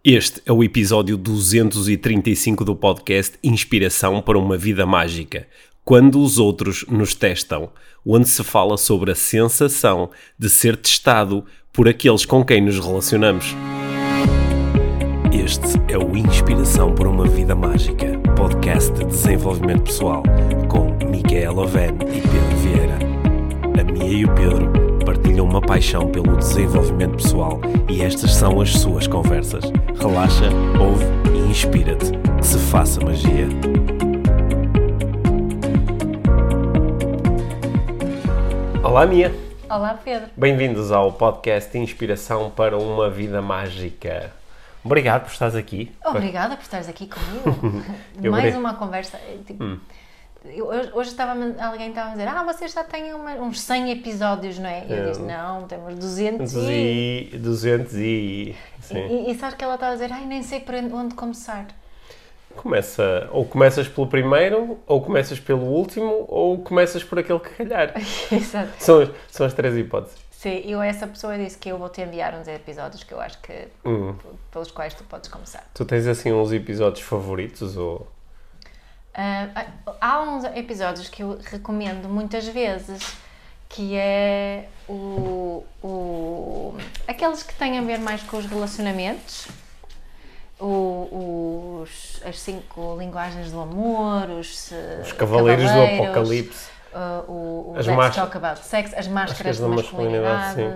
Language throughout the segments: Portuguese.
Este é o episódio 235 do podcast Inspiração para uma Vida Mágica, quando os outros nos testam, onde se fala sobre a sensação de ser testado por aqueles com quem nos relacionamos. Este é o Inspiração para uma Vida Mágica, podcast de desenvolvimento pessoal, com Micaela Oven e Pedro Vieira. A Mia e o Pedro partilham uma paixão pelo desenvolvimento pessoal e estas são as suas conversas. Relaxa, ouve e inspira-te. Que se faça magia. Olá, Mia. Olá, Pedro. Bem-vindos ao podcast Inspiração para uma Vida Mágica. Obrigado por estares aqui. Obrigada por estares aqui comigo. Mais uma conversa. Hoje alguém estava a dizer, vocês já têm uns 100 episódios, não é? Eu disse, não, temos 200 e... Sim. E sabes que ela estava a dizer, nem sei por onde começar. Começas pelo primeiro, ou começas pelo último, ou começas por aquele que calhar. Exato. São as três hipóteses. Sim, essa pessoa disse que eu vou te enviar uns episódios que eu acho que pelos quais tu podes começar. Tu tens assim uns episódios favoritos, ou... Há uns episódios que eu recomendo muitas vezes, que é aqueles que têm a ver mais com os relacionamentos, as 5 linguagens do amor, os Cavaleiros do Apocalipse, Let's Talk About Sex, as máscaras da masculinidade.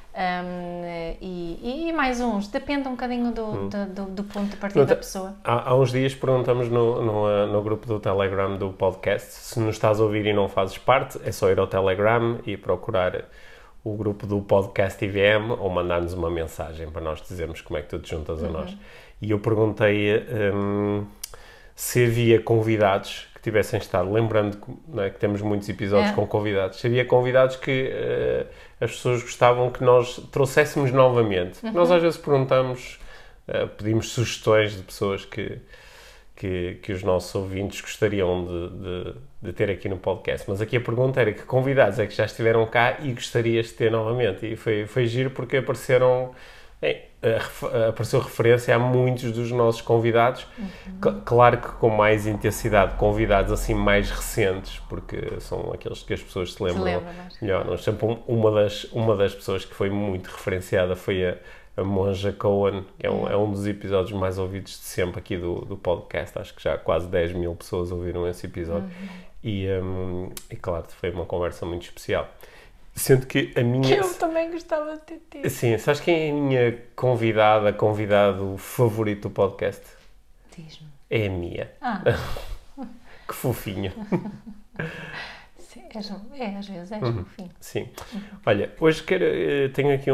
E mais uns, depende um bocadinho do ponto de partida da pessoa. Há uns dias perguntamos no grupo do Telegram do podcast, se nos estás a ouvir e não fazes parte, é só ir ao Telegram e procurar o grupo do podcast IVM ou mandar-nos uma mensagem para nós dizermos como é que tu te juntas a nós. E eu perguntei se havia convidados que tivessem estado, lembrando que temos muitos episódios com convidados, se havia convidados que as pessoas gostavam que nós trouxéssemos novamente. Nós às vezes perguntamos, pedimos sugestões de pessoas que os nossos ouvintes gostariam de ter aqui no podcast. Mas aqui a pergunta era que convidados é que já estiveram cá e gostarias de ter novamente. E foi giro porque apareceu referência a muitos dos nossos convidados. Claro que com mais intensidade, convidados assim mais recentes, porque são aqueles que as pessoas se lembram melhor. Nós sempre uma das pessoas que foi muito referenciada foi a Monja Cohen, que é um dos episódios mais ouvidos de sempre aqui do podcast. Acho que já quase 10 mil pessoas ouviram esse episódio. E claro, foi uma conversa muito especial. Sendo que a minha... Que eu também gostava de ter. Sim, sabes quem é a minha convidado favorito do podcast? Diz-me. É a Mia. Que fofinha. Sim, às vezes és fofinho. Sim. Olha, hoje tenho aqui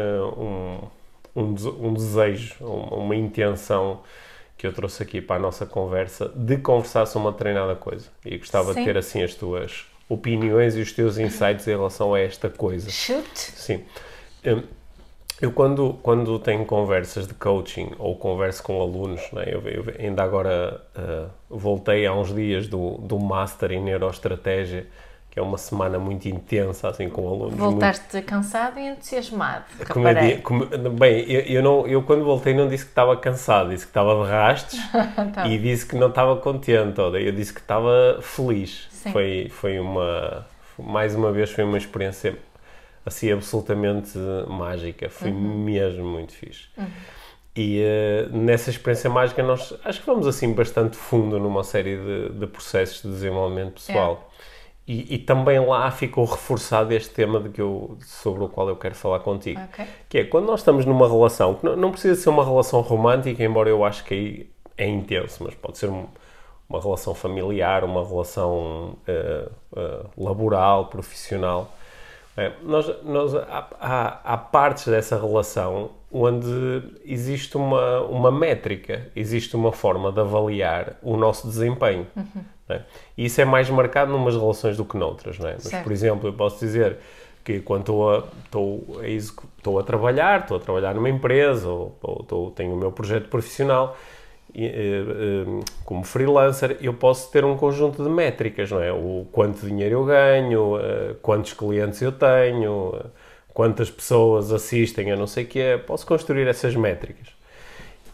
um desejo, uma intenção que eu trouxe aqui para a nossa conversa, de conversar sobre uma determinada coisa. E gostava de ter assim as tuas opiniões e os teus insights em relação a esta coisa. Shoot! Sim. Eu quando tenho conversas de coaching ou converso com alunos, né, eu ainda agora voltei há uns dias do Master em Neuroestratégia, que é uma semana muito intensa, assim, com alunos. Voltaste cansado e entusiasmado. Eu quando voltei não disse que estava cansado, disse que estava de rastos e disse que não estava contente. Eu disse que estava feliz. Mais uma vez, foi uma experiência assim absolutamente mágica. Foi mesmo muito fixe. E nessa experiência mágica nós acho que vamos assim bastante fundo numa série de processos de desenvolvimento pessoal. E também lá ficou reforçado este tema sobre o qual eu quero falar contigo. Que é quando nós estamos numa relação, que não precisa ser uma relação romântica, embora eu acho que aí é intenso, mas pode ser uma relação familiar, uma relação laboral, profissional. Há partes dessa relação onde existe uma métrica, existe uma forma de avaliar o nosso desempenho. E isso é mais marcado numas relações do que noutras. Não é? Mas, por exemplo, eu posso dizer que quando estou a trabalhar numa empresa ou tenho o meu projeto profissional, como freelancer, eu posso ter um conjunto de métricas, não é? O quanto dinheiro eu ganho, quantos clientes eu tenho, quantas pessoas assistem a não sei o quê. Posso construir essas métricas.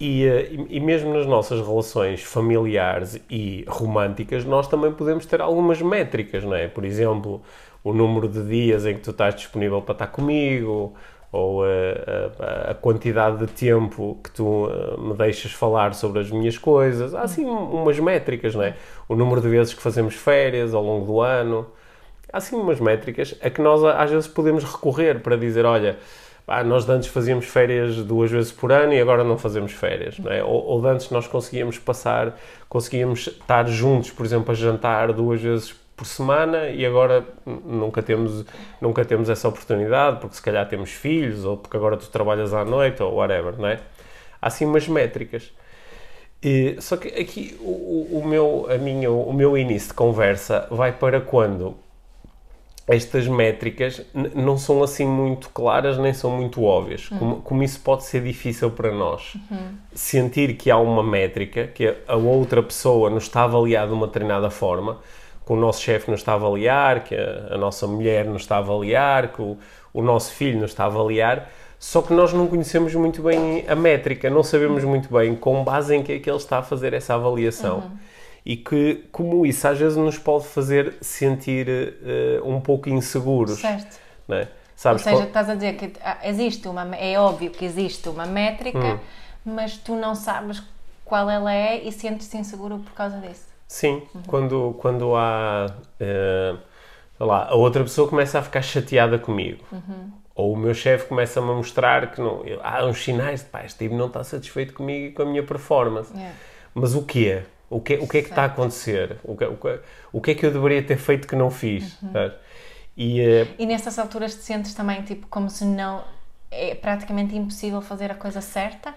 E mesmo nas nossas relações familiares e românticas, nós também podemos ter algumas métricas, não é? Por exemplo, o número de dias em que tu estás disponível para estar comigo, ou a quantidade de tempo que tu me deixas falar sobre as minhas coisas. Há assim umas métricas, não é? O número de vezes que fazemos férias ao longo do ano. Há assim umas métricas a que nós às vezes podemos recorrer para dizer, olha, nós de antes fazíamos férias 2 vezes por ano e agora não fazemos férias, não é? Ou de antes nós conseguíamos estar juntos, por exemplo, a jantar 2 vezes por semana e agora nunca temos essa oportunidade porque se calhar temos filhos ou porque agora tu trabalhas à noite ou whatever, não é? Há assim umas métricas. Só que aqui o meu início de conversa vai para quando estas métricas não são assim muito claras nem são muito óbvias. Como isso pode ser difícil para nós. Sentir que há uma métrica, que a outra pessoa nos está a avaliar de uma determinada forma, que o nosso chefe nos está a avaliar, que a nossa mulher nos está a avaliar, que o nosso filho nos está a avaliar, só que nós não conhecemos muito bem a métrica, não sabemos muito bem com base em que é que ele está a fazer essa avaliação. E que, como isso às vezes nos pode fazer sentir um pouco inseguros. Certo. Não é? Sabes, ou seja, estás a dizer que é óbvio que existe uma métrica, mas tu não sabes qual ela é e sentes-te inseguro por causa disso. Sim, quando há, sei lá, a outra pessoa começa a ficar chateada comigo. Ou o meu chefe começa-me a mostrar que há uns sinais de este tipo não está satisfeito comigo e com a minha performance. Mas o quê? O que é que está a acontecer? O que é que eu deveria ter feito que não fiz? E nessas alturas te sentes também tipo, como se não... É praticamente impossível fazer a coisa certa?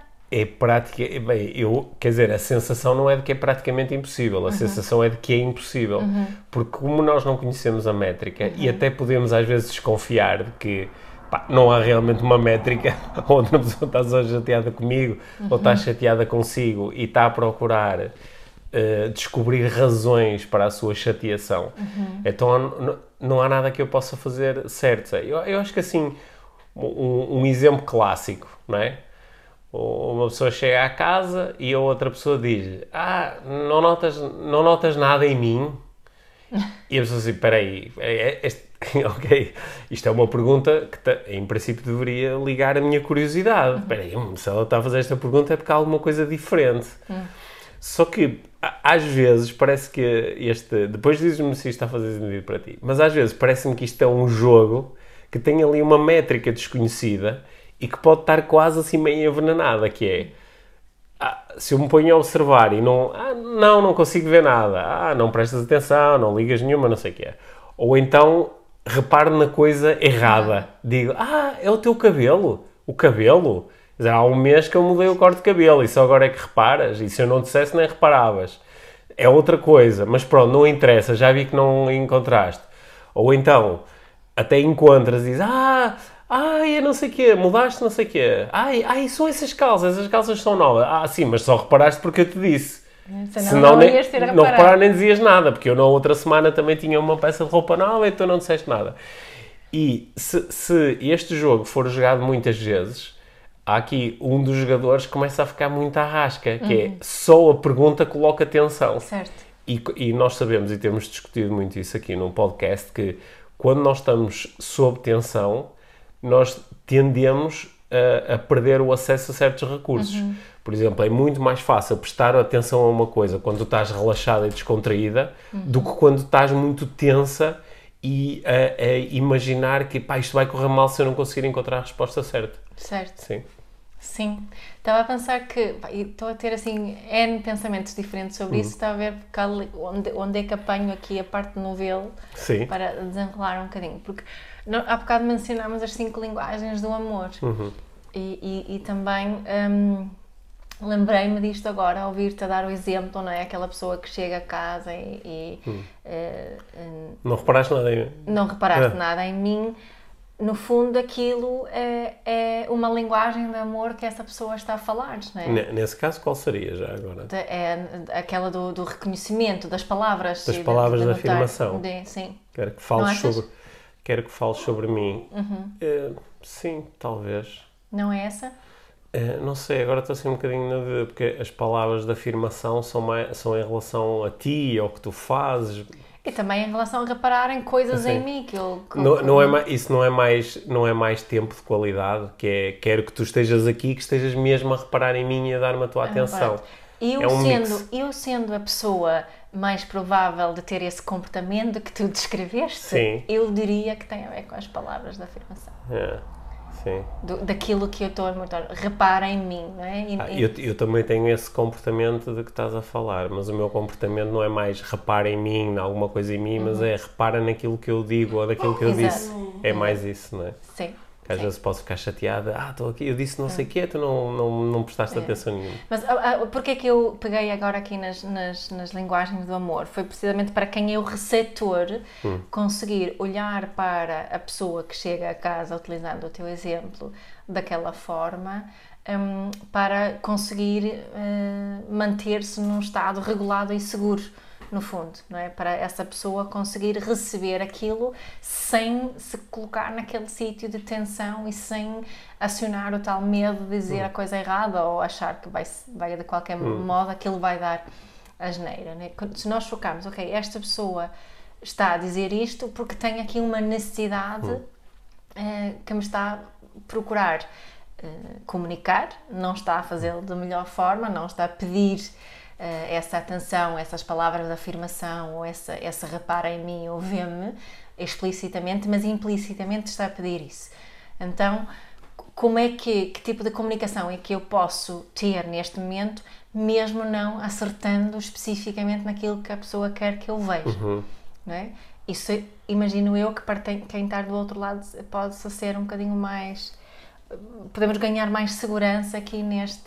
Quer dizer, a sensação não é de que é praticamente impossível, a sensação é de que é impossível. Porque como nós não conhecemos a métrica e até podemos às vezes desconfiar de que não há realmente uma métrica, ou outra pessoa está só chateada comigo, ou está chateada consigo e está a procurar... descobrir razões para a sua chateação. Então não há nada que eu possa fazer certo. Eu acho que assim, um exemplo clássico, não é? Uma pessoa chega à casa e a outra pessoa diz não notas nada em mim? E a pessoa diz, espera aí, ok, isto é uma pergunta que em princípio deveria ligar a minha curiosidade. Espera aí, se ela está a fazer esta pergunta é porque há alguma coisa diferente. Só que, às vezes, parece que depois dizes-me se isto está a fazer sentido para ti, mas às vezes parece-me que isto é um jogo que tem ali uma métrica desconhecida e que pode estar quase assim meio envenenada, que é, se eu me ponho a observar e não consigo ver nada, não prestas atenção, não ligas nenhuma, não sei o que é. Ou então, reparo na coisa errada, digo, é o teu cabelo, o cabelo... Há um mês que eu mudei o corte de cabelo e só agora é que reparas, e se eu não dissesse nem reparavas. É outra coisa, mas pronto, não interessa, já vi que não encontraste. Ou então, até encontras e dizes, eu não sei o quê, mudaste não sei o quê. São essas calças são novas. Sim, mas só reparaste porque eu te disse. Senão não ias ter não reparar nem dizias nada, porque eu na outra semana também tinha uma peça de roupa nova e tu não disseste nada. E se este jogo for jogado muitas vezes... Há aqui um dos jogadores que começa a ficar muito à rasca, que é só a pergunta coloca tensão. Certo. E nós sabemos, e temos discutido muito isso aqui num podcast, que quando nós estamos sob tensão, nós tendemos a perder o acesso a certos recursos. Por exemplo, é muito mais fácil prestar atenção a uma coisa quando tu estás relaxada e descontraída do que quando estás muito tensa e a imaginar que isto vai correr mal se eu não conseguir encontrar a resposta certa. Certo. Sim. Estava a pensar que... estou a ter assim N pensamentos diferentes sobre isso. Estava a ver onde é que apanho aqui a parte do novelo para desenrolar um bocadinho. Porque há bocado mencionámos as 5 linguagens do amor. E também lembrei-me disto agora, ao ouvir-te a dar o exemplo, não é? Aquela pessoa que chega a casa e não reparaste nada em mim. Não reparaste nada em mim. No fundo, aquilo é uma linguagem de amor que essa pessoa está a falar, não é? Nesse caso, qual seria já agora? É aquela do reconhecimento, das palavras. Das palavras de afirmação. Sim. Quero que fales sobre mim. Sim, talvez. Não é essa? Não sei, agora estou assim um bocadinho na dúvida, porque as palavras de afirmação são em relação a ti, ao que tu fazes. E também em relação a reparar em coisas em mim que eu... Isso não é mais tempo de qualidade, que é quero que tu estejas aqui, que estejas mesmo a reparar em mim e a dar-me a tua atenção. Eu sendo a pessoa mais provável de ter esse comportamento que tu descreveste, sim, eu diria que tem a ver com as palavras de afirmação. Sim. Daquilo que eu estou a mostrar. Repara em mim, não é? Eu também tenho esse comportamento de que estás a falar, mas o meu comportamento não é mais repara em mim, em alguma coisa em mim, mas é repara naquilo que eu digo ou naquilo que eu disse. É mais isso, não é? Sim. Que às vezes posso ficar chateada, estou aqui, eu disse não sei o quê, tu não prestaste atenção nenhuma. Mas porque é que eu peguei agora aqui nas linguagens do amor? Foi precisamente para quem é o receptor conseguir olhar para a pessoa que chega a casa, utilizando o teu exemplo, daquela forma, para conseguir manter-se num estado regulado e seguro, no fundo, não é? Para essa pessoa conseguir receber aquilo sem se colocar naquele sítio de tensão e sem acionar o tal medo de dizer a coisa errada ou achar que vai de qualquer modo aquilo vai dar asneira, né? Se nós focarmos, ok, esta pessoa está a dizer isto porque tem aqui uma necessidade que me está a procurar comunicar, não está a fazê-lo da melhor forma, não está a pedir essa atenção, essas palavras de afirmação ou essa repara em mim ou vê-me explicitamente, mas implicitamente está a pedir isso. Então, que tipo de comunicação é que eu posso ter neste momento, mesmo não acertando especificamente naquilo que a pessoa quer que eu veja, não é? Isso, imagino eu, que para quem está do outro lado pode ser um bocadinho mais... Podemos ganhar mais segurança aqui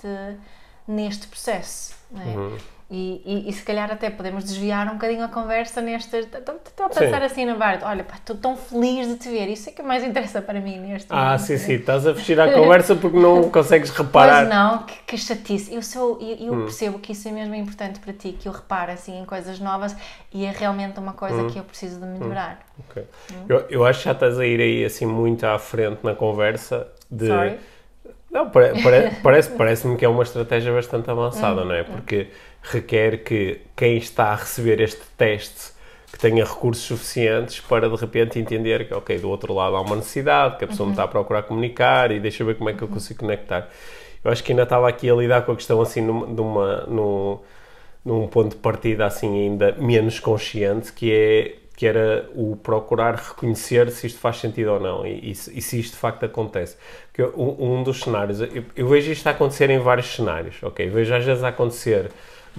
neste processo, não é? E se calhar até podemos desviar um bocadinho a conversa nestas... Estou a pensar assim na barra, olha, estou tão feliz de te ver, isso é que mais interessa para mim neste momento. Sim, estás a fugir à conversa porque não consegues reparar. Pois não, que chatice. Eu percebo que isso é mesmo importante para ti, que eu repare assim em coisas novas e é realmente uma coisa que eu preciso de melhorar. Okay. Eu acho que já estás a ir aí assim muito à frente na conversa de... Sorry? Não, parece-me que é uma estratégia bastante avançada, não é? Porque requer que quem está a receber este teste que tenha recursos suficientes para de repente entender que, ok, do outro lado há uma necessidade, que a pessoa me está a procurar comunicar e deixa eu ver como é que eu consigo conectar. Eu acho que ainda estava aqui a lidar com a questão assim num ponto de partida assim ainda menos consciente, que era o procurar reconhecer se isto faz sentido ou não e se isto de facto acontece. Porque um dos cenários, eu vejo isto a acontecer em vários cenários, ok? Vejo às vezes a acontecer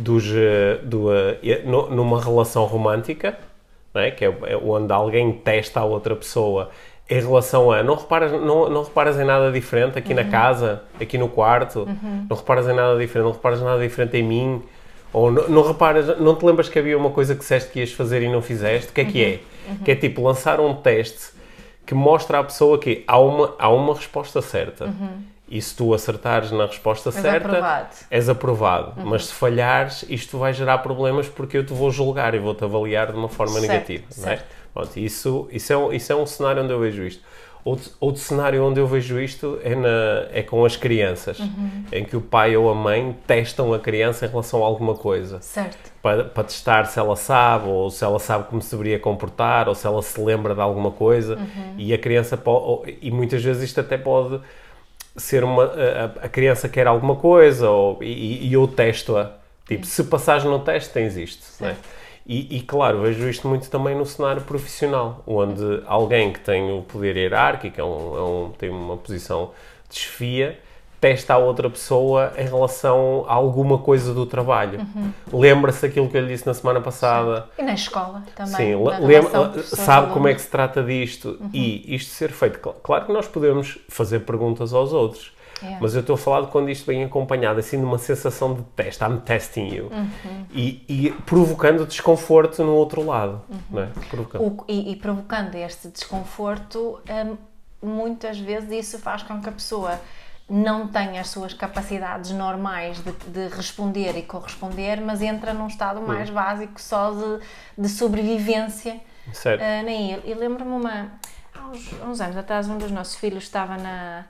numa relação romântica, não é? Que é onde alguém testa a outra pessoa em relação a não reparas em nada diferente aqui na casa, aqui no quarto, não reparas em nada diferente, não reparas nada diferente em mim. Ou não te lembras que havia uma coisa que disseste que ias fazer e não fizeste? O que é que é? Que é tipo lançar um teste que mostra à pessoa que há uma resposta certa. E se tu acertares na resposta certa, és aprovado. Mas se falhares, isto vai gerar problemas porque eu te vou julgar e vou-te avaliar de uma forma negativa. Não é? Pronto, isso é um cenário onde eu vejo isto. Outro cenário onde eu vejo isto é com as crianças, em que o pai ou a mãe testam a criança em relação a alguma coisa. Certo. Para testar se ela sabe, ou se ela sabe como se deveria comportar, ou se ela se lembra de alguma coisa. E a criança e muitas vezes isto até pode ser a criança quer alguma coisa, e eu testo-a. Tipo, se passares no teste, tens isto. Não é? E claro, vejo isto muito também no cenário profissional, onde alguém que tem o poder hierárquico, tem uma posição de chefia, testa a outra pessoa em relação a alguma coisa do trabalho. Lembra-se daquilo que eu lhe disse na semana passada. E na escola também. Sim, sabe como é que se trata disto. E isto ser feito. Claro que nós podemos fazer perguntas aos outros. Mas eu estou a falar de quando isto vem acompanhado assim de uma sensação de teste, I'm testing you, e provocando desconforto no outro lado, não é? E provocando este desconforto, muitas vezes isso faz com que a pessoa não tenha as suas capacidades normais de responder e corresponder, mas entra num estado mais básico só de sobrevivência. Certo. E lembro-me há uns anos atrás, um dos nossos filhos estava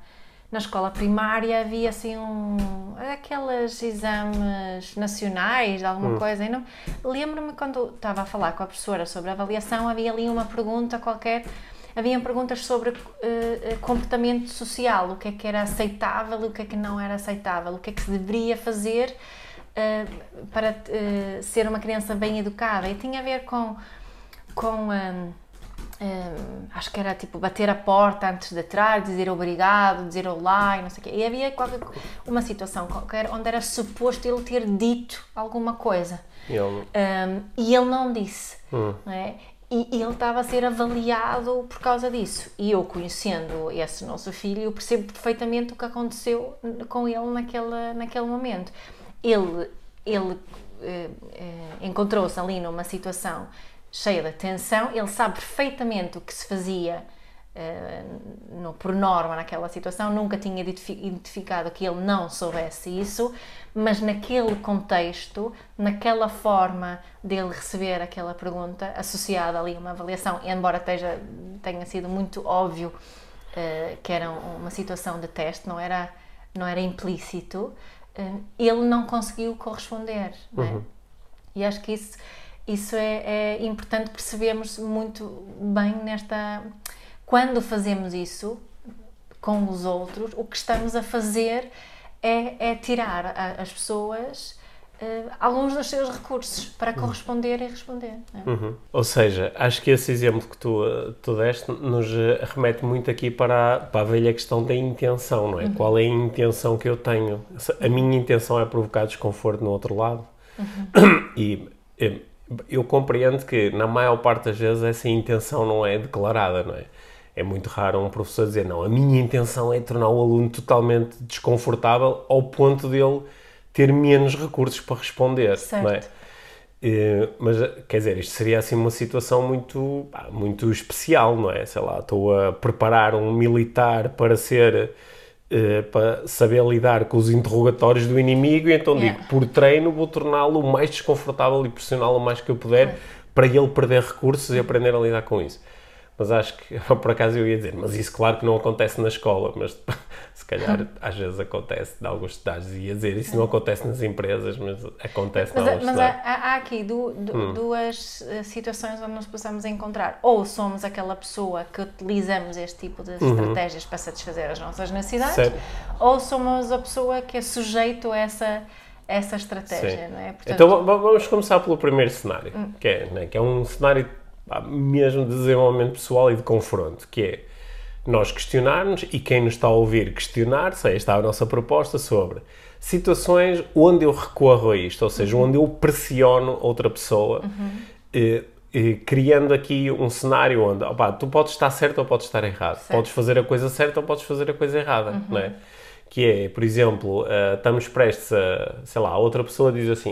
na escola primária havia assim aqueles exames nacionais de alguma coisa. E lembro-me quando estava a falar com a professora sobre a avaliação, havia ali uma pergunta qualquer, haviam perguntas sobre comportamento social, o que era aceitável e o que não era aceitável, o que se deveria fazer para ser uma criança bem educada. E tinha a ver com acho que era tipo bater a porta antes de entrar, dizer obrigado, dizer olá e não sei o quê. E havia uma situação qualquer onde era suposto ele ter dito alguma coisa. E ele não disse. Não é? E ele estava a ser avaliado por causa disso. E eu, conhecendo esse nosso filho, eu percebo perfeitamente o que aconteceu com ele naquele momento. Ele encontrou-se ali numa situação cheia de tensão, ele sabe perfeitamente o que se fazia por norma naquela situação, nunca tinha identificado que ele não soubesse isso, mas naquele contexto, naquela forma dele receber aquela pergunta, associada ali a uma avaliação, embora tenha sido muito óbvio que era uma situação de teste, não era implícito, ele não conseguiu corresponder. Não é? E acho que isso é importante percebermos muito bem quando fazemos isso com os outros, o que estamos a fazer é tirar as pessoas alguns dos seus recursos para corresponder e responder. Ou seja, acho que esse exemplo que tu deste nos remete muito aqui para a velha questão da intenção, não é? Qual é a intenção que eu tenho? A minha intenção é provocar desconforto no outro lado? E eu compreendo que, na maior parte das vezes, essa intenção não é declarada, não é? É muito raro um professor dizer, não, a minha intenção é tornar o aluno totalmente desconfortável ao ponto dele ter menos recursos para responder, certo. Não é? Mas, quer dizer, isto seria assim uma situação muito especial, não é? Sei lá, estou a preparar um militar para saber lidar com os interrogatórios do inimigo e então digo, por treino vou torná-lo o mais desconfortável e pressioná-lo o mais que eu puder para ele perder recursos e aprender a lidar com isso. Mas acho que, por acaso eu ia dizer, mas isso claro que não acontece na escola, mas se calhar às vezes acontece de alguns estágios, ia dizer, isso não acontece nas empresas, mas acontece na Mas há aqui duas situações onde nos possamos encontrar. Ou somos aquela pessoa que utilizamos este tipo de estratégias para satisfazer as nossas necessidades, certo. Ou somos a pessoa que é sujeito a essa estratégia, não é? Portanto, então vamos começar pelo primeiro cenário, que é um cenário mesmo de desenvolvimento pessoal e de confronto, que é nós questionarmos e quem nos está a ouvir questionar, esta é a nossa proposta sobre situações onde eu recorro a isto, ou seja, onde eu pressiono outra pessoa, criando aqui um cenário onde tu podes estar certo ou podes estar errado, certo. Podes fazer a coisa certa ou podes fazer a coisa errada, não é? Que é, por exemplo, estamos prestes a, outra pessoa diz assim,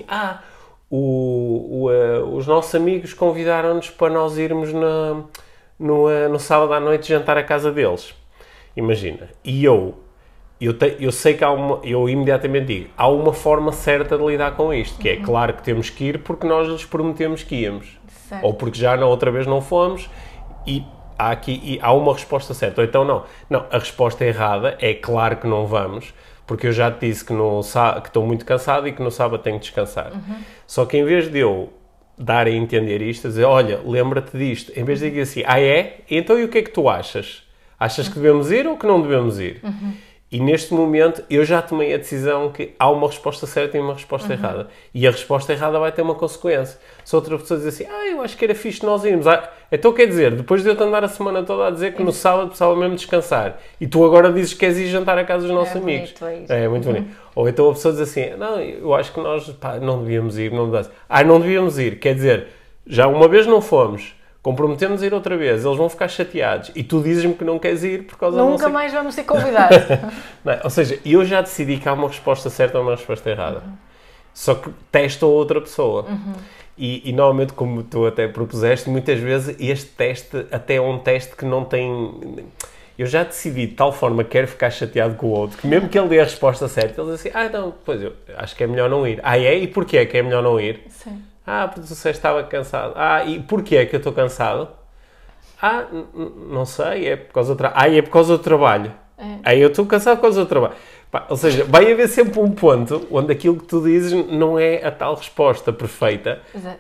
os nossos amigos convidaram-nos para nós irmos no sábado à noite jantar à casa deles. Imagina. E eu sei que eu imediatamente digo, há uma forma certa de lidar com isto, que é claro que temos que ir porque nós lhes prometemos que íamos. Certo. Ou porque já na outra vez não fomos e há uma resposta certa. Ou então não, a resposta errada é claro que não vamos, porque eu já te disse que estou muito cansado e que no sábado tenho que descansar. Só que em vez de eu dar a entender isto, a dizer, olha, lembra-te disto, em vez de dizer assim, é? Então e o que é que tu achas? Achas que devemos ir ou que não devemos ir? E neste momento eu já tomei a decisão que há uma resposta certa e uma resposta errada. E a resposta errada vai ter uma consequência. Se outra pessoa diz assim, eu acho que era fixe nós irmos. Então quer dizer, depois de eu te andar a semana toda a dizer que no sábado precisava mesmo descansar e tu agora dizes que queres ir jantar à casa dos nossos amigos. É muito bonito. Ou então a pessoa diz assim, não, eu acho que nós não devíamos ir. Não devíamos ir. Quer dizer, já uma vez não fomos. Comprometemos a ir outra vez, eles vão ficar chateados e tu dizes-me que não queres ir por causa Nunca mais vamos ser convidados. Ou seja, eu já decidi que há uma resposta certa ou uma resposta errada. Só que testo a outra pessoa. E normalmente, como tu até propuseste, muitas vezes este teste até é um teste que não tem... Eu já decidi de tal forma que quero ficar chateado com o outro, que mesmo que ele dê a resposta certa, ele diz assim, não, pois eu acho que é melhor não ir. E porquê é que é melhor não ir? Sim. Porque você estava cansado. E porquê é que eu estou cansado? Não sei, é por causa do trabalho. É por causa do trabalho. Aí eu estou cansado com o seu trabalho. Ou seja, vai haver sempre um ponto onde aquilo que tu dizes não é a tal resposta perfeita. Exato.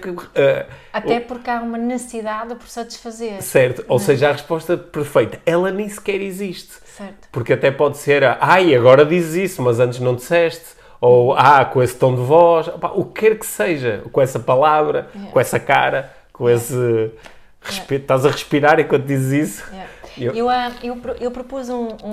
Até porque há uma necessidade por satisfazer. Certo, ou seja, a resposta perfeita, ela nem sequer existe. Certo. Porque até pode ser, agora dizes isso, mas antes não disseste. Ou, com esse tom de voz. O que quer que seja, com essa palavra, com essa cara, com esse... Estás a respirar enquanto dizes isso. Eu propus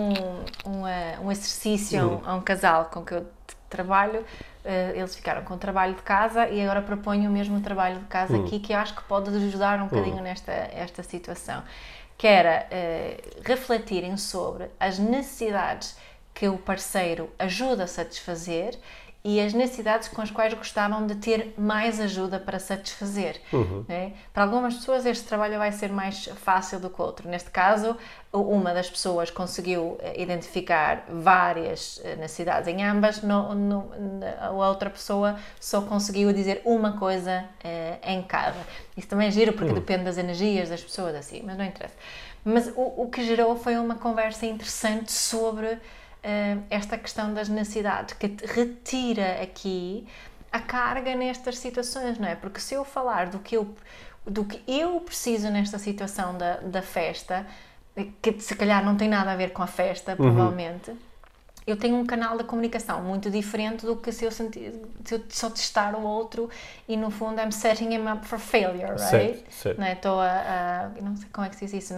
um exercício a um casal com que eu trabalho. Eles ficaram com o trabalho de casa e agora proponho o mesmo trabalho de casa aqui, que eu acho que pode ajudar um bocadinho esta situação, que era refletirem sobre as necessidades que o parceiro ajuda a satisfazer e as necessidades com as quais gostavam de ter mais ajuda para satisfazer. Né? Para algumas pessoas este trabalho vai ser mais fácil do que outro. Neste caso, uma das pessoas conseguiu identificar várias necessidades em ambas, a outra pessoa só conseguiu dizer uma coisa em cada. Isso também é giro porque depende das energias das pessoas, assim, mas não interessa. Mas o que gerou foi uma conversa interessante sobre esta questão das necessidades, que retira aqui a carga nestas situações, não é? Porque se eu falar do que eu preciso nesta situação da festa, que se calhar não tem nada a ver com a festa, provavelmente, eu tenho um canal de comunicação muito diferente do que se eu só testar o outro e no fundo I'm setting him up for failure, right? Certo. Não é? Estou não sei como é que se diz isso,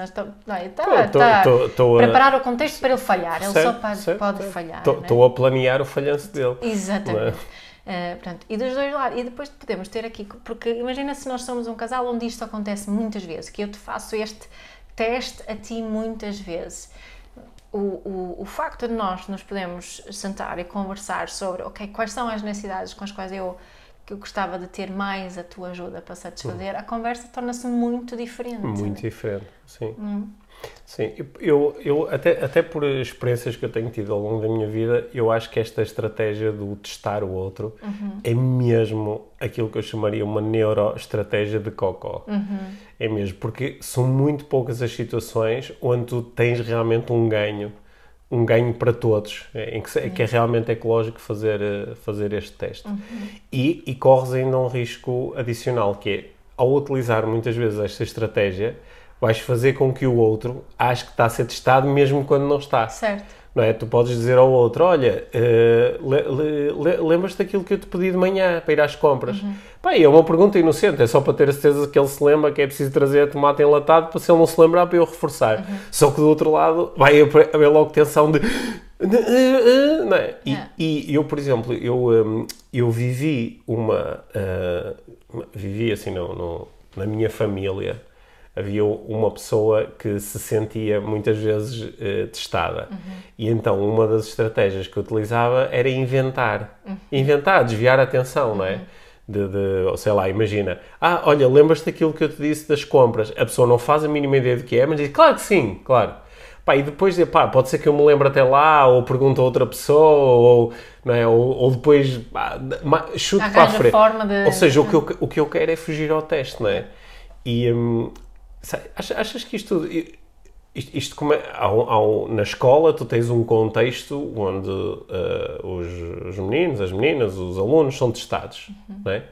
preparar o contexto para ele falhar, ele só pode falhar. Estou a planear o falhanço dele. Exatamente. Portanto, e dos dois lados, e depois podemos ter aqui, porque imagina se nós somos um casal onde isto acontece muitas vezes, que eu te faço este teste a ti muitas vezes. O facto de nós nos podemos sentar e conversar sobre, quais são as necessidades com as quais eu gostava de ter mais a tua ajuda para satisfazer, a conversa torna-se muito diferente. Muito diferente, sim. Sim, eu até por experiências que eu tenho tido ao longo da minha vida, eu acho que esta estratégia do testar o outro é mesmo aquilo que eu chamaria uma neuroestratégia de cocó. É mesmo, porque são muito poucas as situações onde tu tens realmente um ganho para todos, em que é realmente ecológico fazer este teste. E corres ainda um risco adicional, que é, ao utilizar muitas vezes esta estratégia, vais fazer com que o outro ache que está a ser testado mesmo quando não está. Certo. Não é? Tu podes dizer ao outro, olha, lembras-te daquilo que eu te pedi de manhã para ir às compras? É uma pergunta inocente, é só para ter a certeza que ele se lembra que é preciso trazer tomate enlatado, para se ele não se lembrar para eu reforçar. Só que do outro lado vai haver logo tensão de... Não é? E eu, por exemplo, eu vivi vivi assim na minha família. Havia uma pessoa que se sentia muitas vezes testada. E então uma das estratégias que eu utilizava era inventar, desviar a atenção, não é? Sei lá, imagina, olha, lembras-te daquilo que eu te disse das compras? A pessoa não faz a mínima ideia do que é, mas diz, claro que sim, claro. E depois, pode ser que eu me lembre até lá, ou pergunto a outra pessoa, não é? Ou depois chuto para a frente. Ou seja, o que eu quero é fugir ao teste, não é? E... achas que isto na escola tu tens um contexto onde os meninos, as meninas, os alunos são testados, não é?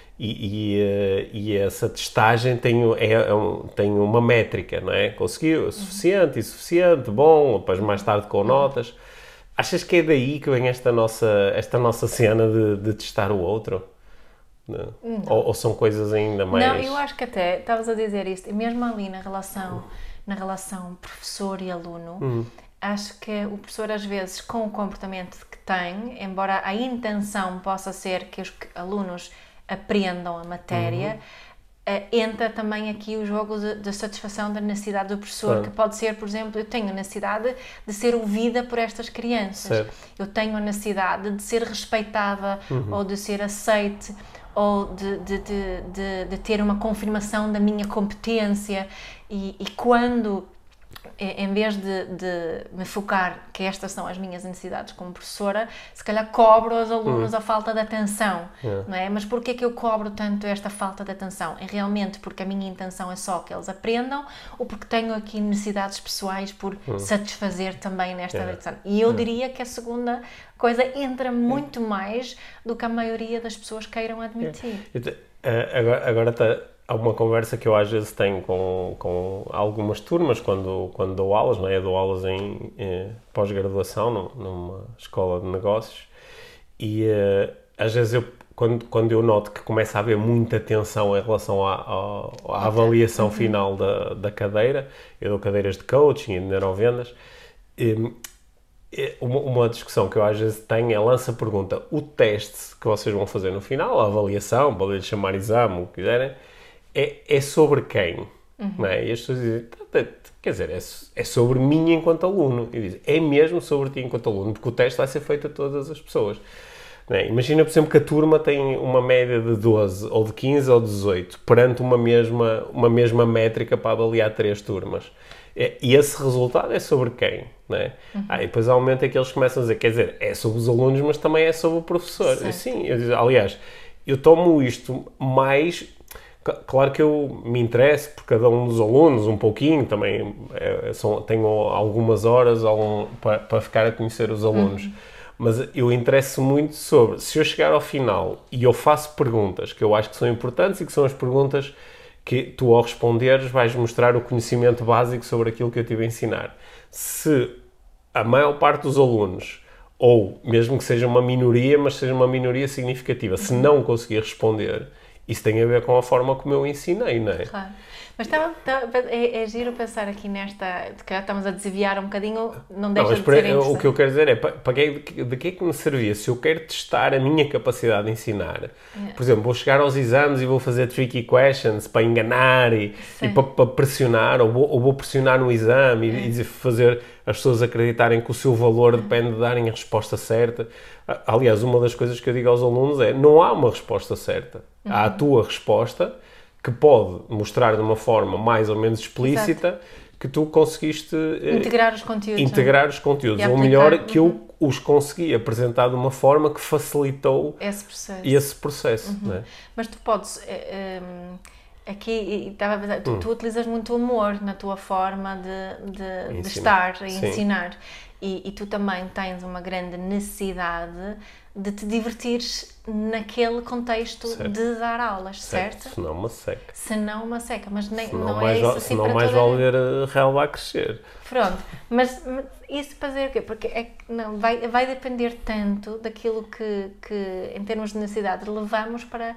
E essa testagem tem uma métrica, não é? Conseguiu, suficiente, insuficiente, bom, depois mais tarde com notas. Achas que é daí que vem esta nossa cena de testar o outro? Ou são coisas ainda mais... Não, eu acho que até, estavas a dizer isto, e mesmo ali na relação professor e aluno, acho que o professor às vezes, com o comportamento que tem, embora a intenção possa ser que os alunos aprendam a matéria, entra também aqui o jogo de satisfação da necessidade do professor, que pode ser, por exemplo, eu tenho a necessidade de ser ouvida por estas crianças, eu tenho a necessidade de ser respeitada, ou de ser aceite, ou de ter uma confirmação da minha competência, e quando em vez de me focar que estas são as minhas necessidades como professora, se calhar cobro aos alunos a falta de atenção, não é? Mas porquê que eu cobro tanto esta falta de atenção? É realmente porque a minha intenção é só que eles aprendam ou porque tenho aqui necessidades pessoais por satisfazer também nesta lição? E eu diria que a segunda coisa entra muito mais do que a maioria das pessoas queiram admitir. Agora há uma conversa que eu às vezes tenho com algumas turmas quando dou aulas, não é? Eu dou aulas em pós-graduação numa escola de negócios e às vezes quando eu noto que começa a haver muita tensão em relação à avaliação final da cadeira, eu dou cadeiras de coaching e de neurovendas, uma discussão que eu às vezes tenho é lança a pergunta: o teste que vocês vão fazer no final, a avaliação, podem chamar exame, o que quiserem, é sobre quem? Não é? E as pessoas dizem, quer dizer, é sobre mim enquanto aluno. E dizem, é mesmo sobre ti enquanto aluno, porque o teste vai ser feito a todas as pessoas. Não é? Imagina, por exemplo, que a turma tem uma média de 12, ou de 15, ou de 18, perante uma mesma métrica para avaliar 3 turmas. E esse resultado é sobre quem? Não é? E depois há um momento em que eles começam a dizer, quer dizer, é sobre os alunos, mas também é sobre o professor. E, sim, aliás, eu tomo isto mais... Claro que eu me interesso por cada um dos alunos, um pouquinho, também tenho algumas horas para ficar a conhecer os alunos, mas eu interesso muito sobre, se eu chegar ao final e eu faço perguntas que eu acho que são importantes e que são as perguntas que tu, ao responderes, vais mostrar o conhecimento básico sobre aquilo que eu tive a ensinar. Se a maior parte dos alunos, ou mesmo que seja uma minoria, mas seja uma minoria significativa, se não conseguir responder, isso tem a ver com a forma como eu ensinei, não é? Claro. Mas é giro pensar aqui nesta... De que já estamos a desviar um bocadinho, não deixa de ser interessante. O que eu quero dizer é, de que é que me servia? Se eu quero testar a minha capacidade de ensinar, por exemplo, vou chegar aos exames e vou fazer tricky questions para enganar e para pressionar, ou vou pressionar no exame e fazer as pessoas acreditarem que o seu valor depende de darem a resposta certa. Aliás, uma das coisas que eu digo aos alunos é, não há uma resposta certa. Há a tua resposta, que pode mostrar de uma forma mais ou menos explícita que tu conseguiste integrar os conteúdos. Ou melhor, que eu os consegui apresentar de uma forma que facilitou esse processo. Não é? Mas tu podes... Aqui, estava a pensar, tu utilizas muito humor na tua forma de estar a ensinar. E tu também tens uma grande necessidade de te divertires naquele contexto de dar aulas, certo? Senão uma seca. Mas não é isso assim para toda a gente. Senão mais vale ver a relva a crescer. Pronto, mas isso para dizer o quê? Porque vai depender tanto daquilo que em termos de necessidade, levamos para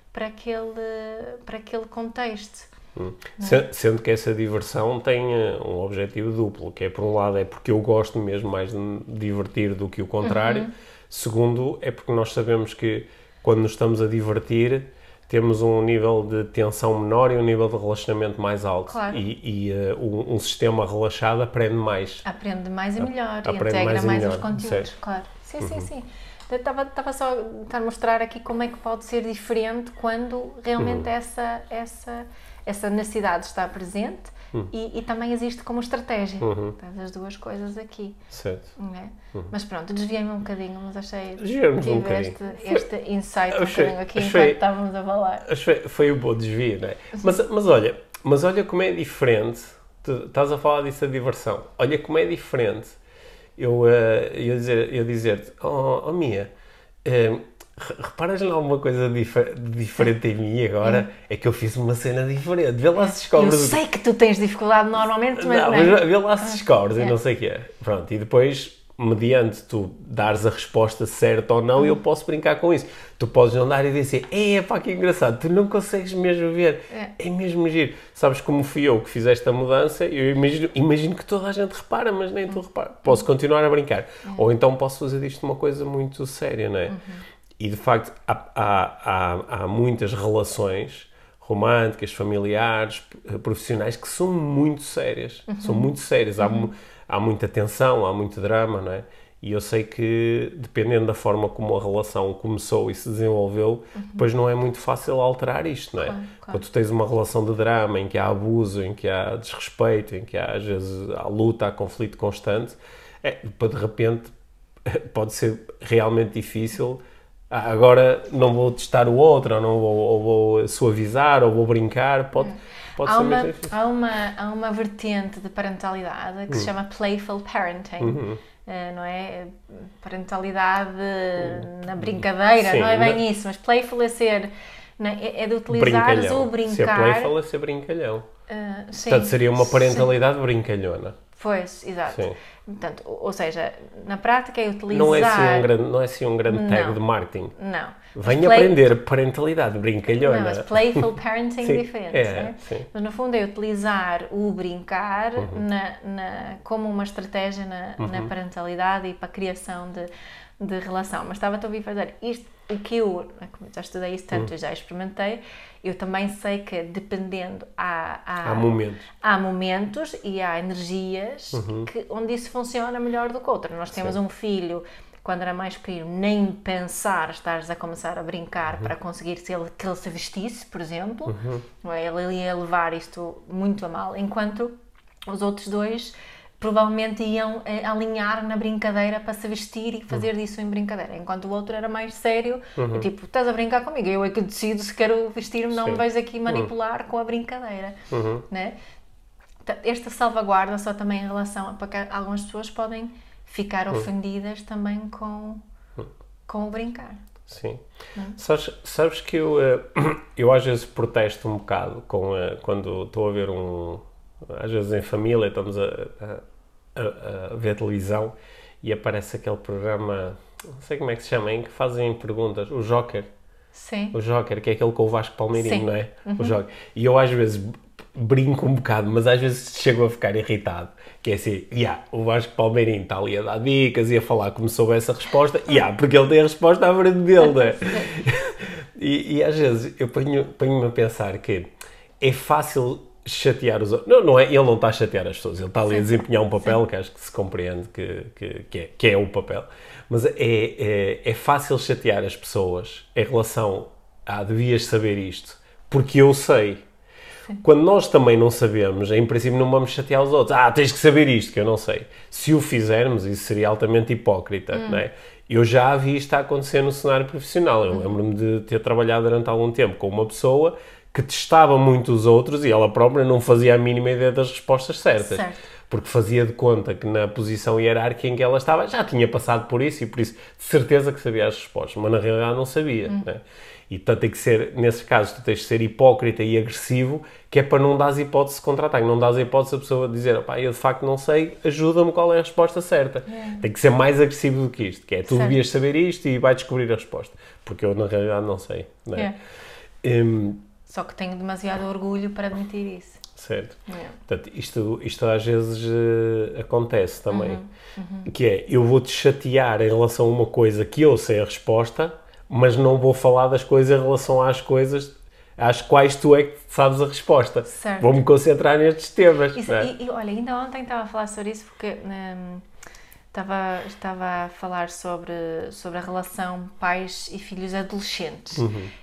aquele contexto. Sendo que essa diversão tem um objetivo duplo, que é, por um lado, é porque eu gosto mesmo mais de me divertir do que o contrário. Segundo, é porque nós sabemos que quando nos estamos a divertir temos um nível de tensão menor e um nível de relaxamento mais alto. Claro. E um sistema relaxado aprende mais. Aprende mais e melhor, e integra mais os conteúdos. Certo. Claro. Sim. Estava só a mostrar aqui como é que pode ser diferente quando realmente essa necessidade está presente e também existe como estratégia. Tens as duas coisas aqui. Certo. Não é? Mas pronto, desviei-me um bocadinho, mas achei que este insight aqui enquanto estávamos a falar. Foi um bom desvio, não é? Mas olha como é diferente. Tu estás a falar disso, a diversão. Olha como é diferente. Eu dizer-te, Mia, reparas em alguma coisa diferente em mim agora? É que eu fiz uma cena diferente. Vê lá se descobres. Eu sei que tu tens dificuldade normalmente, mas vê lá se descobres, eu não sei o que é. Pronto, e depois, mediante tu dares a resposta certa ou não, eu posso brincar com isso. Tu podes não dar e dizer, pá, que engraçado, tu não consegues mesmo ver. É mesmo giro. Sabes como fui eu que fiz esta mudança? Eu imagino que toda a gente repara, mas nem tu repara. Posso continuar a brincar. Ou então posso fazer disto uma coisa muito séria, não é? E, de facto, há muitas relações românticas, familiares, profissionais, que são muito sérias. São muito sérias. Há muita tensão, há muito drama, não é? E eu sei que, dependendo da forma como a relação começou e se desenvolveu, depois não é muito fácil alterar isto, não é? Claro. Quando tu tens uma relação de drama em que há abuso, em que há desrespeito, em que há, às vezes, há luta, há conflito constante, depois de repente pode ser realmente difícil. Agora não vou testar o outro, ou vou suavizar, ou vou brincar, pode ser mais difícil. Há uma vertente de parentalidade que se chama playful parenting, não é? Parentalidade na brincadeira, sim, não é bem isso, mas playful é ser, é de utilizares o brincar. Se é playful é ser brincalhão. Portanto, seria uma parentalidade brincalhona. Pois, exato. Sim. Portanto, ou seja, na prática é utilizar... Não é assim um grande tag de marketing. Não. Venha aprender parentalidade brincalhona. Não, mas playful parenting é diferente. Sim. Mas no fundo é utilizar o brincar como uma estratégia na parentalidade e para a criação de relação. Mas estava a ouvir fazer isto, o que eu já estudei isso tanto, já experimentei, eu também sei que dependendo há momentos e há energias onde isso funciona melhor do que outra. Nós temos um filho, quando era mais pequeno, nem pensar, estares a começar a brincar para conseguir que ele se vestisse, por exemplo, ele ia levar isto muito a mal, enquanto os outros dois provavelmente iam alinhar na brincadeira para se vestir e fazer disso em brincadeira, enquanto o outro era mais sério, tipo, estás a brincar comigo, eu é que decido se quero vestir-me, não me vais aqui manipular com a brincadeira, né? Esta salvaguarda só também em relação a porque algumas pessoas podem ficar ofendidas também com o brincar. Sim. Sabes que eu às vezes protesto um bocado quando estou a ver às vezes em família, estamos a ver televisão e aparece aquele programa, não sei como é que se chama, em que fazem perguntas, o Joker. Sim. O Joker, que é aquele com o Vasco Palmeirinho, não é? O Joker. E eu às vezes brinco um bocado, mas às vezes chego a ficar irritado, que é assim, o Vasco Palmeirinho está ali a dar dicas e a falar como soubesse a resposta, porque ele tem a resposta à frente dele, não é? e às vezes eu ponho-me a pensar que é fácil chatear os outros. Não é, ele não está a chatear as pessoas, ele está ali a desempenhar um papel que acho que se compreende que é o papel, mas é fácil chatear as pessoas em relação a devias saber isto, porque eu sei. Sim. Quando nós também não sabemos, em princípio não vamos chatear os outros. Tens que saber isto, que eu não sei. Se o fizermos, isso seria altamente hipócrita, não é? Eu já vi isto a acontecer no cenário profissional. Eu lembro-me de ter trabalhado durante algum tempo com uma pessoa que testava muito os outros e ela própria não fazia a mínima ideia das respostas certas. Certo. Porque fazia de conta que na posição hierárquica em que ela estava já tinha passado por isso e por isso de certeza que sabia as respostas, mas na realidade não sabia. Né? E portanto tem que ser, nesses casos, tu tens de ser hipócrita e agressivo, que é para não dar hipótese de contra-ataque, não dar hipótese a pessoa dizer, eu de facto não sei, ajuda-me qual é a resposta certa. Tem que ser mais agressivo do que isto, que é tu devias saber isto e vai descobrir a resposta, porque eu na realidade não sei. Né? Só que tenho demasiado orgulho para admitir isso. Certo. Portanto, isto às vezes acontece também. Que é, eu vou-te chatear em relação a uma coisa que eu sei a resposta, mas não vou falar das coisas em relação às coisas às quais tu é que sabes a resposta. Certo. Vou-me concentrar nestes temas. Isso, e olha, ainda ontem estava a falar sobre isso porque estava a falar sobre a relação pais e filhos adolescentes.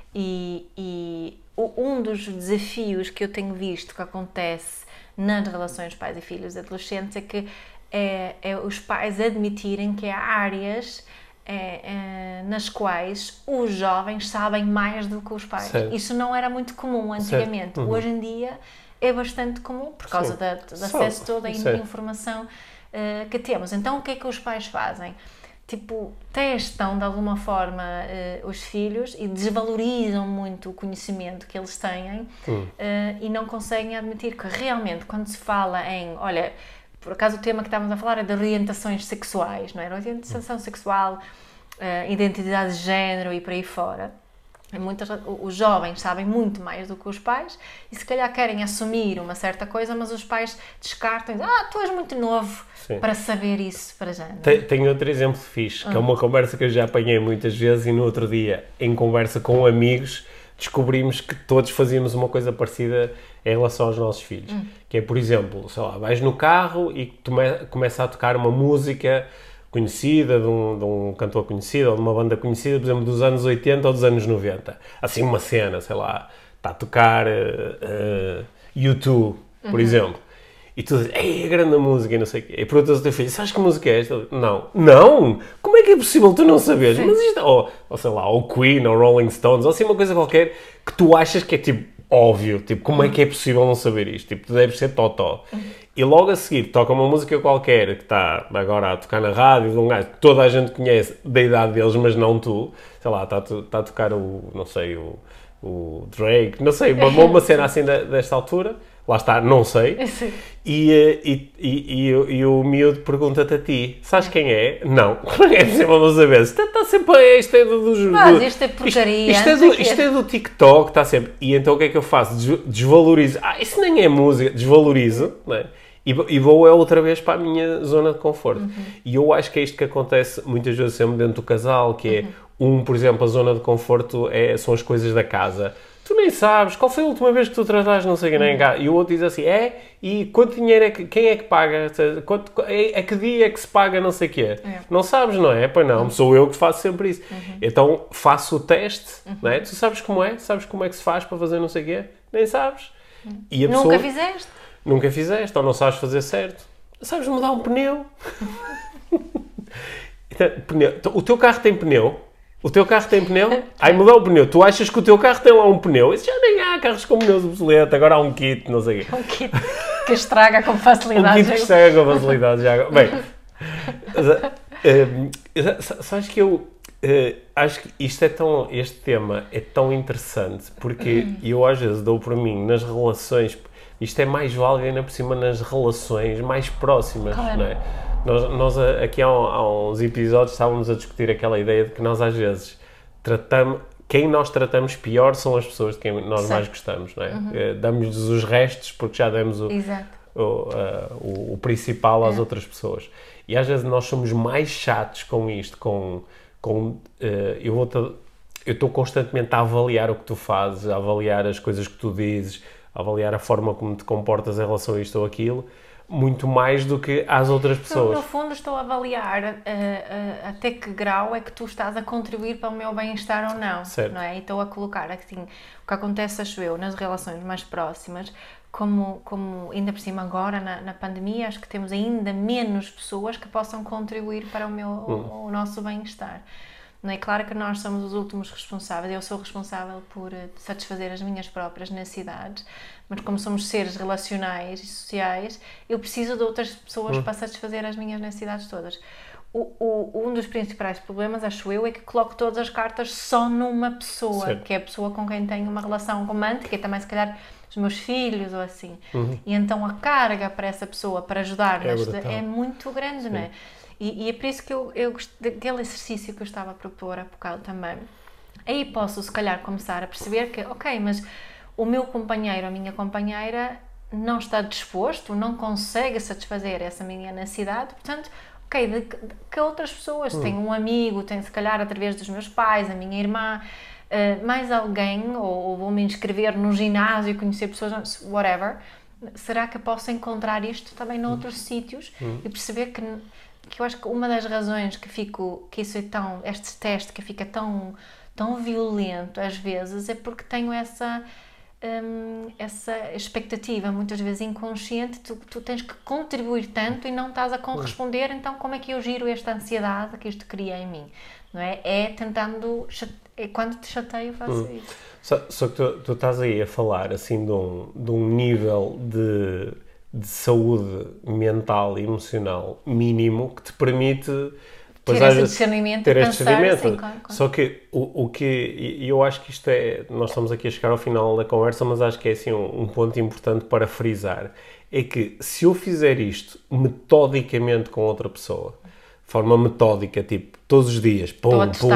E um dos desafios que eu tenho visto que acontece nas relações pais e filhos adolescentes é que é os pais admitirem que há áreas nas quais os jovens sabem mais do que os pais. Certo. Isso não era muito comum antigamente. Hoje em dia é bastante comum por causa do acesso a toda a informação que temos. Então o que é que os pais fazem? Tipo, testam de alguma forma os filhos e desvalorizam muito o conhecimento que eles têm e não conseguem admitir que realmente quando se fala olha, por acaso o tema que estávamos a falar é de orientações sexuais, não é? Orientação sexual, identidade de género e por aí fora. Os jovens sabem muito mais do que os pais e se calhar querem assumir uma certa coisa, mas os pais descartam e dizem, tu és muito novo para saber isso para já. Tenho outro exemplo fixe, que é uma conversa que eu já apanhei muitas vezes e no outro dia, em conversa com amigos, descobrimos que todos fazíamos uma coisa parecida em relação aos nossos filhos. Que é, por exemplo, sei lá, vais no carro e começa a tocar uma música conhecida, de um cantor conhecido, ou de uma banda conhecida, por exemplo, dos anos 80 ou dos anos 90. Assim, uma cena, sei lá, está a tocar U2, por exemplo. E tu dizes, ei, a grande música e não sei o quê. E perguntas ao teu filho, sabes que música é esta? Não. Não? Como é que é possível tu não saberes? Sim. Mas isto, ou sei lá, ou Queen, ou Rolling Stones, ou assim uma coisa qualquer que tu achas que é tipo óbvio. Tipo, como é que é possível não saber isto? Tipo, tu deves ser totó. E logo a seguir toca uma música qualquer que está agora a tocar na rádio de um gajo que toda a gente conhece da idade deles, mas não tu. Sei lá, está a tocar não sei, o Drake, não sei, uma cena assim desta altura. Lá está, não sei. E o miúdo pergunta-te a ti, sabes quem é? Não. É possível não saber. Está sempre, isto é isto é porcaria. Isto é do TikTok, está sempre. E então o que é que eu faço? Desvalorizo. Isso nem é música. Desvalorizo, não é? E vou outra vez para a minha zona de conforto. E eu acho que é isto que acontece muitas vezes sempre dentro do casal, que é, por exemplo, a zona de conforto são as coisas da casa. Tu nem sabes, qual foi a última vez que tu trataste não sei quem cá? E o outro diz assim, e quanto dinheiro quem é que paga? A que dia é que se paga não sei o quê? Não sabes, não é? Pois não, sou eu que faço sempre isso. Então faço o teste, não é? Tu sabes como é? Sabes como é que se faz para fazer não sei o quê? Nem sabes. E a pessoa, nunca fizeste? Nunca fizeste, ou não sabes fazer certo. Sabes mudar um pneu. O teu carro tem pneu? O teu carro tem pneu? Ai, mudar o pneu. Tu achas que o teu carro tem lá um pneu? Isso já nem há carros com pneus obsoletos. Agora há um kit, não sei o quê. Um kit que estraga com facilidade. Um kit que estraga com facilidade. Já. Bem, sabes que eu acho que este tema é tão interessante porque eu às vezes dou por mim nas relações, isto é mais válido ainda por cima nas relações mais próximas, claro. Não é? Nós aqui há uns episódios estávamos a discutir aquela ideia de que nós às vezes quem nós tratamos pior são as pessoas de quem nós mais gostamos, não é? Damos-lhes os restos porque já demos o principal às outras pessoas. E às vezes nós somos mais chatos com isto, eu estou constantemente a avaliar o que tu fazes, a avaliar as coisas que tu dizes, a avaliar a forma como te comportas em relação a isto ou aquilo, muito mais do que às outras pessoas. No fundo estou a avaliar até que grau é que tu estás a contribuir para o meu bem-estar ou não, certo. Não é? E estou a colocar assim, o que acontece, acho eu, nas relações mais próximas, como ainda por cima agora na pandemia, acho que temos ainda menos pessoas que possam contribuir para o nosso bem-estar. Não é? Claro que nós somos os últimos responsáveis, eu sou responsável por satisfazer as minhas próprias necessidades, mas como somos seres relacionais e sociais, eu preciso de outras pessoas para satisfazer as minhas necessidades todas. Um dos principais problemas, acho eu, é que coloco todas as cartas só numa pessoa, certo. Que é a pessoa com quem tenho uma relação romântica e também se calhar os meus filhos ou assim. E então a carga para essa pessoa, para ajudar, é muito grande, sim. Não é? E é por isso que eu gostei daquele exercício que eu estava a propor há bocado também. Aí posso, se calhar, começar a perceber que, ok, mas o meu companheiro, a minha companheira, não está disposto, não consegue satisfazer essa minha necessidade, portanto, ok, de que outras pessoas, tenho um amigo, tenho se calhar através dos meus pais, a minha irmã, mais alguém, ou vou-me inscrever num ginásio, conhecer pessoas, whatever, será que eu posso encontrar isto também noutros sítios e perceber que eu acho que uma das razões que isso é este teste que fica tão violento às vezes é porque tenho essa expectativa, muitas vezes inconsciente, tu tens que contribuir tanto e não estás a corresponder, então como é que eu giro esta ansiedade que isto cria em mim? Não é? Quando te chateio faço isso. Só que tu estás aí a falar assim de um nível de saúde mental e emocional mínimo que te permite ter esse discernimento, ter este discernimento. Sim, claro. Só que eu acho que isto nós estamos aqui a chegar ao final da conversa, mas acho que é assim um ponto importante para frisar, é que se eu fizer isto metodicamente com outra pessoa, de forma metódica, tipo, todos os dias, pum.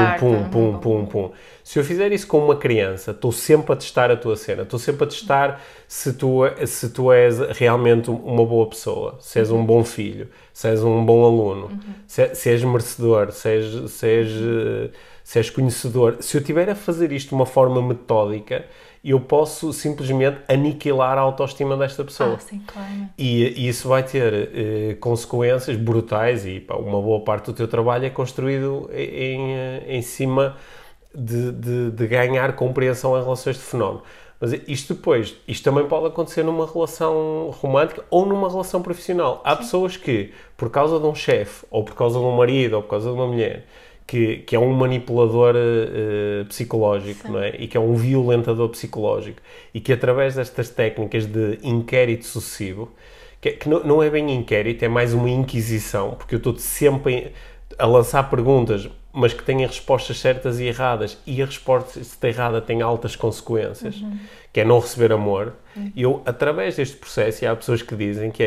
Se eu fizer isso com uma criança, estou sempre a testar a tua cena, estou sempre a testar se tu és realmente uma boa pessoa, se és um bom filho, se és um bom aluno, se és merecedor, se se és conhecedor, se eu estiver a fazer isto de uma forma metódica, eu posso simplesmente aniquilar a autoestima desta pessoa. Sim, claro. E isso vai ter consequências brutais e uma boa parte do teu trabalho é construído em cima de ganhar compreensão em relação a este fenómeno. Mas isto também pode acontecer numa relação romântica ou numa relação profissional. Há pessoas que, por causa de um chefe, ou por causa de um marido, ou por causa de uma mulher, que é um manipulador psicológico, não é? E que é um violentador psicológico, e que através destas técnicas de inquérito sucessivo, que não é bem inquérito, é mais uma inquisição, porque eu estou sempre a lançar perguntas, mas que têm respostas certas e erradas, e a resposta errada tem altas consequências, que é não receber amor. Eu, através deste processo, e há pessoas que dizem que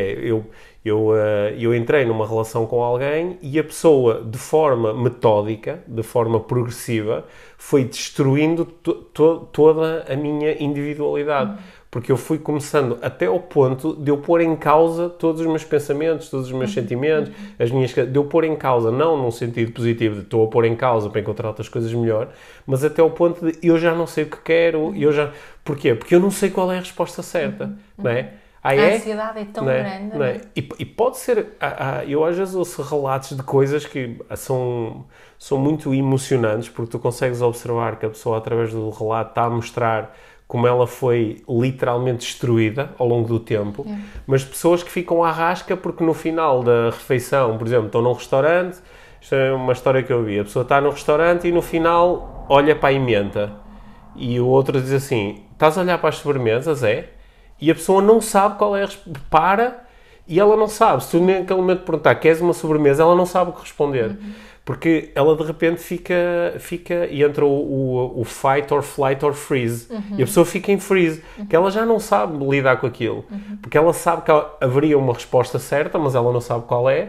eu entrei numa relação com alguém e a pessoa, de forma metódica, de forma progressiva, foi destruindo toda a minha individualidade. Porque eu fui começando até ao ponto de eu pôr em causa todos os meus pensamentos, todos os meus sentimentos, de eu pôr em causa, não num sentido positivo de estou a pôr em causa para encontrar outras coisas melhor, mas até ao ponto de eu já não sei o que quero, Porquê? Porque eu não sei qual é a resposta certa, não é? A ansiedade é tão grande. Não é? E pode ser, eu às vezes ouço relatos de coisas que são muito emocionantes, porque tu consegues observar que a pessoa, através do relato, está a mostrar como ela foi literalmente destruída ao longo do tempo, mas pessoas que ficam à rasca porque no final da refeição, por exemplo, estão num restaurante, isto é uma história que eu vi, a pessoa está no restaurante e no final olha para a emenda e o outro diz assim, estás a olhar para as sobremesas, é? E a pessoa não sabe qual é a resposta, para, e ela não sabe, se tu naquele momento perguntar, queres uma sobremesa, ela não sabe o que responder. Porque ela de repente fica e entra o fight or flight or freeze. E a pessoa fica em freeze, que ela já não sabe lidar com aquilo. Porque ela sabe que haveria uma resposta certa, mas ela não sabe qual é.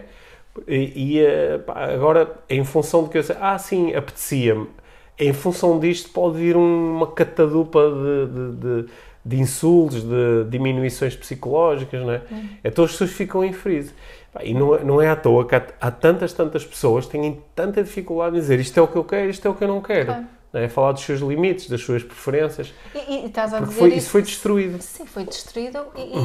Agora, em função de que eu sei, sim, apetecia-me. Em função disto pode vir uma catadupa de insultos, de diminuições psicológicas, não é? Então as pessoas ficam em freeze. E não é à toa que há tantas pessoas que têm tanta dificuldade em dizer isto é o que eu quero, isto é o que eu não quero. Claro. É falar dos seus limites, das suas preferências. E estás a dizer isso foi destruído. Sim, foi destruído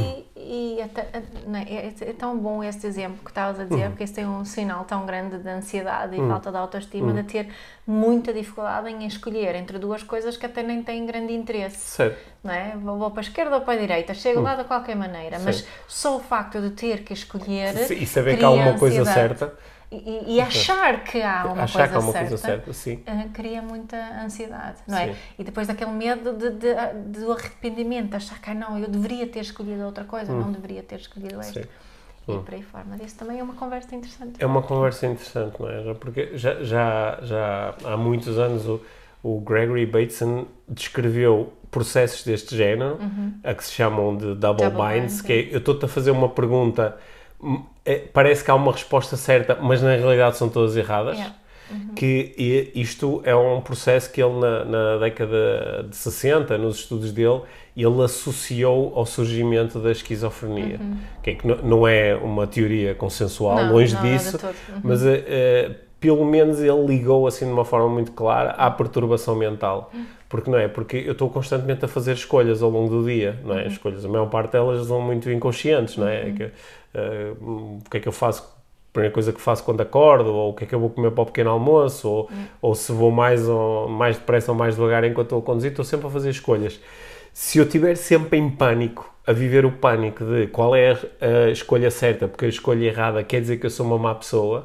é tão bom esse exemplo que estavas a dizer, porque isso tem um sinal tão grande de ansiedade e falta de autoestima, de ter muita dificuldade em escolher entre duas coisas que até nem têm grande interesse. Certo. Não é? Vou para a esquerda ou para a direita, chego lá de qualquer maneira, mas só o facto de ter que escolher e saber que há uma coisa certa. E achar que há uma coisa certa, sim. Cria muita ansiedade, não é? E depois daquele medo do arrependimento, achar que não, eu deveria ter escolhido outra coisa, não deveria ter escolhido esta. E por aí fora. Mas isso também é uma conversa interessante. É uma conversa interessante, não é? Porque já há muitos anos o Gregory Bateson descreveu processos deste género, a que se chamam de double binds, que é, eu estou-te a fazer uma pergunta, parece que há uma resposta certa, mas na realidade são todas erradas. Que isto é um processo que ele na década de 60, nos estudos dele, ele associou ao surgimento da esquizofrenia, que não é uma teoria consensual, longe disso, mas pelo menos ele ligou assim de uma forma muito clara à perturbação mental. Porque não é? Porque eu estou constantemente a fazer escolhas ao longo do dia, não é? Escolhas, a maior parte delas são muito inconscientes, não é? O que é que eu faço, a primeira coisa que faço quando acordo, ou o que é que eu vou comer para o pequeno almoço, ou se vou mais depressa ou mais devagar enquanto estou a conduzir, estou sempre a fazer escolhas. Se eu estiver sempre em pânico, a viver o pânico de qual é a escolha certa, porque a escolha errada quer dizer que eu sou uma má pessoa,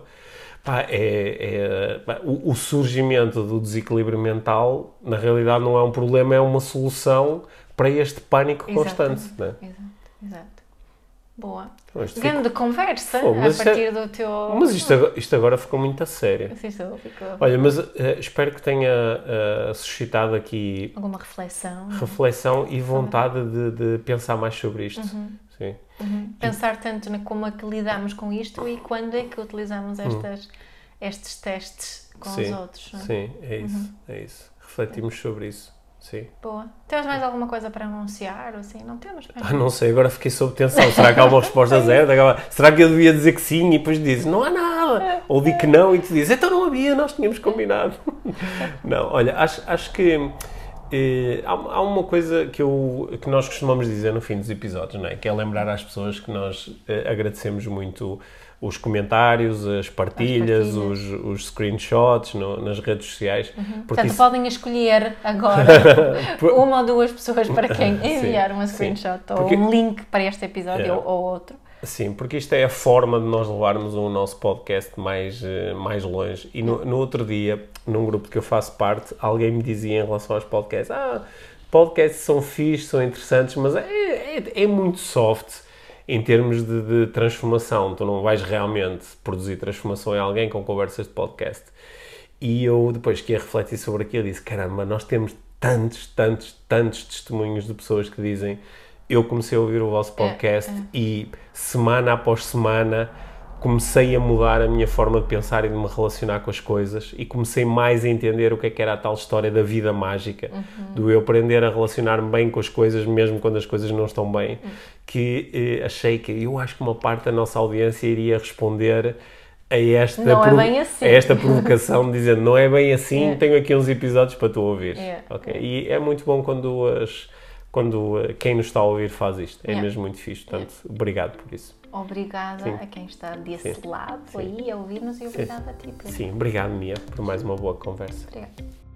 o surgimento do desequilíbrio mental, na realidade, não é um problema, é uma solução para este pânico constante. Não é? Exato. Boa. Grande conversa a partir do teu... Mas isto agora ficou muito a sério. Olha, mas espero que tenha suscitado aqui... alguma reflexão. Reflexão e vontade de pensar mais sobre isto. Sim. Pensar tanto como é que lidamos com isto e quando é que utilizamos estes testes com os outros. Não é? Sim, é isso. Refletimos sobre isso. Sim. Boa. Temos mais alguma coisa para anunciar? Ou assim? Não temos? Não sei, agora fiquei sob tensão. Será que há uma resposta certa? Será que eu devia dizer que sim e depois disse, não há nada? ou digo que não e tu dizes, então não havia, nós tínhamos combinado. Não, olha, acho que há uma coisa que nós costumamos dizer no fim dos episódios, não é? Que é lembrar às pessoas que nós agradecemos muito os comentários, as partilhas. Os screenshots nas redes sociais. Portanto, podem escolher agora uma ou duas pessoas para quem enviar uma screenshot ou um link para este episódio ou outro. Sim, porque isto é a forma de nós levarmos o nosso podcast mais longe. E no outro dia, num grupo que eu faço parte, alguém me dizia em relação aos podcasts, podcasts são fixes, são interessantes, mas é muito soft em termos de transformação. Tu não vais realmente produzir transformação em alguém com conversas de podcast. E eu, depois que ia refletir sobre aquilo, disse, caramba, nós temos tantos testemunhos de pessoas que dizem, eu comecei a ouvir o vosso podcast e semana após semana comecei a mudar a minha forma de pensar e de me relacionar com as coisas e comecei mais a entender o que era a tal história da vida mágica, do eu aprender a relacionar-me bem com as coisas, mesmo quando as coisas não estão bem, que achei que eu acho que uma parte da nossa audiência iria responder a esta provocação, dizendo, não é bem assim, tenho aqui uns episódios para tu ouvir. Okay? E é muito bom quando quem nos está a ouvir faz isto. É mesmo muito fixe. Portanto, obrigado por isso. Obrigada a quem está desse lado aí a ouvir-nos e obrigada a ti, Pedro. Sim, obrigado, Mia, por mais uma boa conversa. Obrigada.